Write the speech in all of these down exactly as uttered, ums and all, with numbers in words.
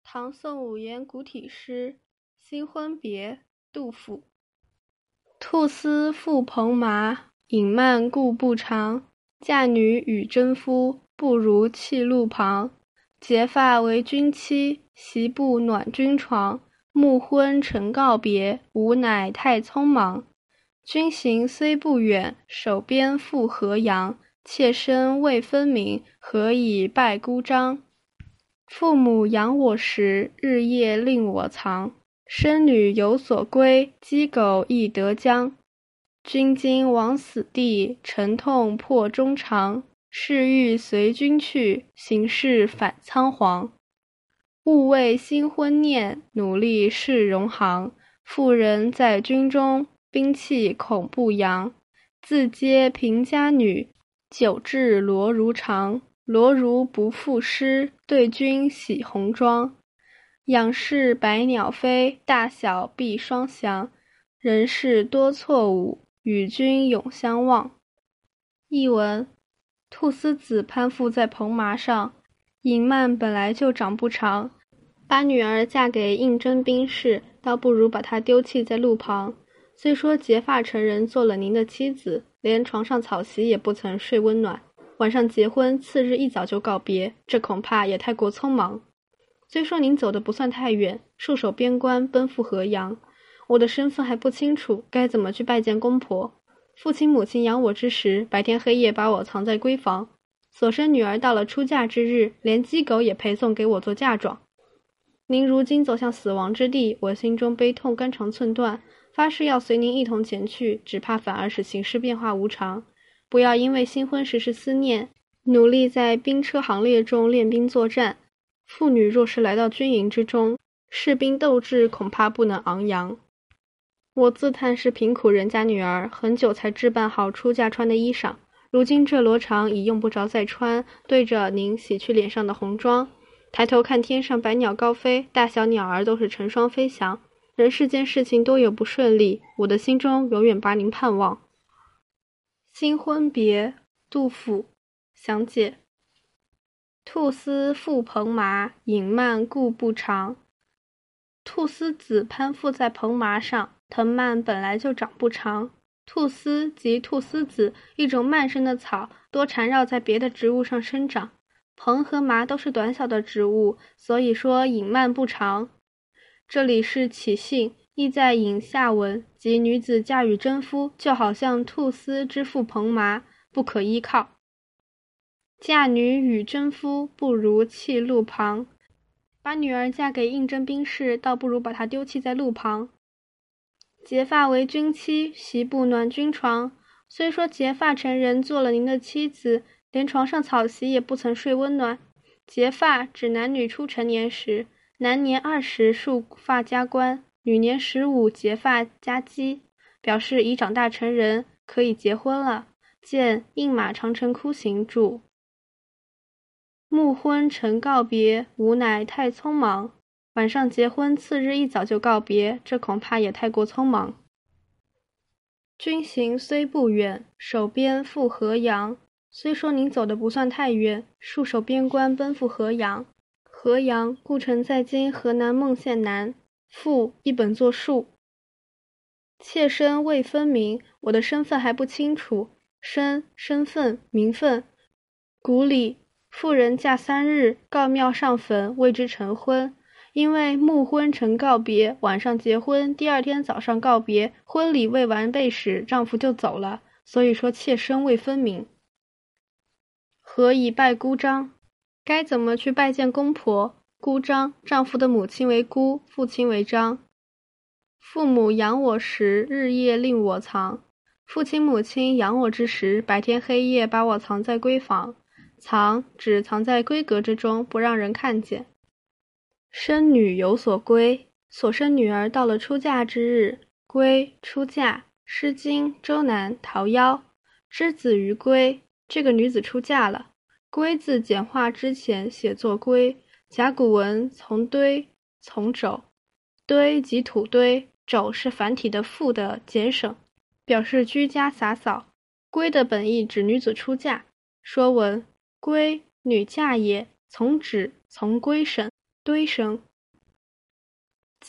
唐宋五言古体诗《新婚别》杜甫。兔丝复蓬麻，影漫顾不长。嫁女与征夫，不如弃路旁。结发为君妻，席不暖君床。暮昏晨告别，吾乃太匆忙。君行虽不远，手边复河阳。妾身未分明，何以拜姑张？父母养我时，日夜令我藏。生女有所归，鸡狗亦得将。君今往死地，沉痛破衷肠。事欲随君去，行事反仓皇。勿为新婚念，努力事戎行。妇人在军中，兵器恐不扬。自嗟贫家女，久置罗襦长。罗襦不复施，对君洗红妆。仰视百鸟飞，大小必双翔。人事多错误，与君永相忘。译文：菟丝子攀附在蓬麻上，影蔓本来就长不长，把女儿嫁给应征兵士，倒不如把她丢弃在路旁。虽说结发成人做了您的妻子，连床上草席也不曾睡温暖，晚上结婚，次日一早就告别，这恐怕也太过匆忙。虽说您走的不算太远，戍守边关，奔赴河阳，我的身份还不清楚，该怎么去拜见公婆？父亲母亲养我之时，白天黑夜把我藏在闺房，所生女儿到了出嫁之日，连鸡狗也陪送给我做嫁妆。您如今走向死亡之地，我心中悲痛肝肠寸断，发誓要随您一同前去，只怕反而使形势变化无常。不要因为新婚时时思念，努力在兵车行列中练兵作战。妇女若是来到军营之中，士兵斗志恐怕不能昂扬。我自叹是贫苦人家女儿，很久才置办好出嫁穿的衣裳，如今这罗裳已用不着再穿，对着您洗去脸上的红妆。抬头看天上百鸟高飞，大小鸟儿都是成双飞翔。人世间事情多有不顺利，我的心中永远把您盼望。新婚别，杜甫。详解：兔丝复蓬麻，影蔓顾不长。菟丝子攀附在蓬麻上，藤蔓本来就长不长。菟丝即菟丝子，一种蔓生的草，多缠绕在别的植物上生长。蓬和麻都是短小的植物，所以说影蔓不长。这里是起兴，意在引下文，即女子嫁与征夫，就好像菟丝之附蓬麻，不可依靠。嫁女与征夫，不如弃路旁。把女儿嫁给应征兵士，倒不如把她丢弃在路旁。结发为君妻，席不暖君床。虽说结发成人做了您的妻子，连床上草席也不曾睡温暖。结发指男女初成年时，男年二十束发加冠，女年十五结发加髻，表示已长大成人，可以结婚了。见《饮马长城窟行》注。暮昏晨告别，吾乃太匆忙。晚上结婚，次日一早就告别，这恐怕也太过匆忙。君行虽不远，手边复河阳。虽说您走的不算太远，戍守边关，奔赴河阳。河阳，故城在今河南孟县南。复一本作数。妾身未分明，我的身份还不清楚。身，身份，名分。古礼，妇人嫁三日，告庙上坟，谓之成婚。因为暮昏晨告别，晚上结婚，第二天早上告别，婚礼未完备时，丈夫就走了，所以说妾身未分明。何以拜姑张？该怎么去拜见公婆？姑张，丈夫的母亲为姑，父亲为张。父母养我时，日夜令我藏。父亲母亲养我之时，白天黑夜把我藏在闺房。藏，指藏在闺阁之中，不让人看见。生女有所归，所生女儿到了出嫁之日。归，出嫁。诗经·周南·桃夭。之子于归，这个女子出嫁了。归字简化之前写作归，甲骨文从堆从肘，堆即土堆，肘是繁体的父的简省，表示居家洒扫。归的本意指女子出嫁。说文：归，女嫁也，从指从归省，堆生。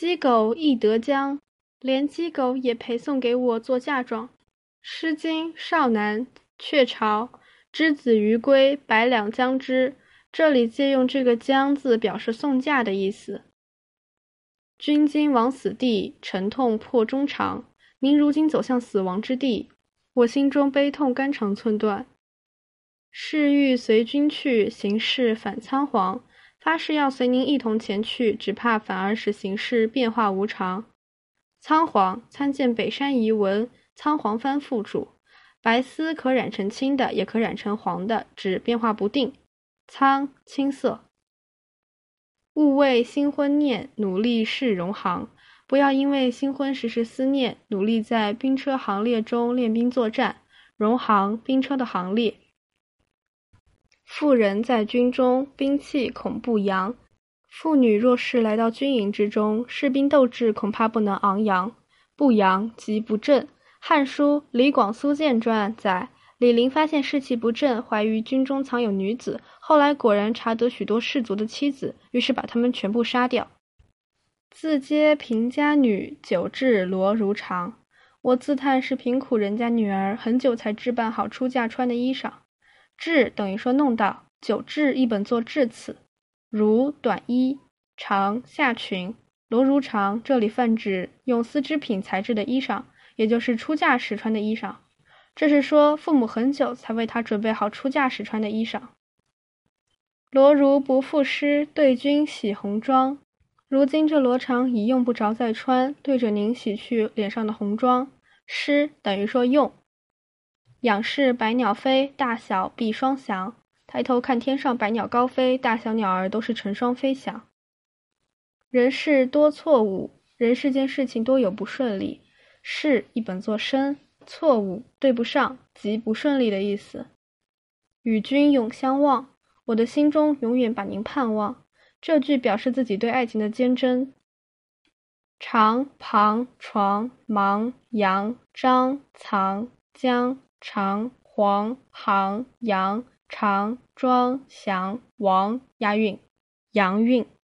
鸡狗亦得将，连鸡狗也陪送给我做嫁妆。诗经·少南·鹊巢，之子于归，百两将之。这里借用这个将字表示送嫁的意思。君今往死地，沉痛破衷肠。您如今走向死亡之地，我心中悲痛肝肠寸断。誓欲随君去，行事反仓皇。发誓要随您一同前去，只怕反而使形势变化无常。仓皇，参见北山遗文，仓皇翻附注。白丝可染成青的，也可染成黄的，指变化不定。苍，青色。勿为新婚念，努力试戎行。不要因为新婚时时思念，努力在兵车行列中练兵作战。戎行，兵车的行列。妇人在军中，兵器恐不扬。妇女若是来到军营之中，士兵斗志恐怕不能昂扬。不扬即不振。汉书《李广苏谏传》载，李陵发现士气不振，怀疑军中藏有女子，后来果然查得许多士族的妻子，于是把他们全部杀掉。自嗟贫家女，久治罗如常。我自叹是贫苦人家女儿，很久才置办好出嫁穿的衣裳。治等于说弄到，久治一本作至此。如短衣，长下裙，罗如常这里泛指用丝织品材质的衣裳，也就是出嫁时穿的衣裳。这是说父母很久才为她准备好出嫁时穿的衣裳。罗如不复施，对君洗红妆。如今这罗裳已用不着再穿，对着您洗去脸上的红妆。施等于说用。仰视百鸟飞，大小必双翔。抬头看天上百鸟高飞，大小鸟儿都是成双飞翔。人事多错误，人世间事情多有不顺利。事一本作身，错误对不上，即不顺利的意思。与君永相望，我的心中永远把您盼望。这句表示自己对爱情的坚贞。长、旁、床、忙、扬、张、藏、将、长、黄、行、扬、长、庄、祥、王，押韵，阳韵。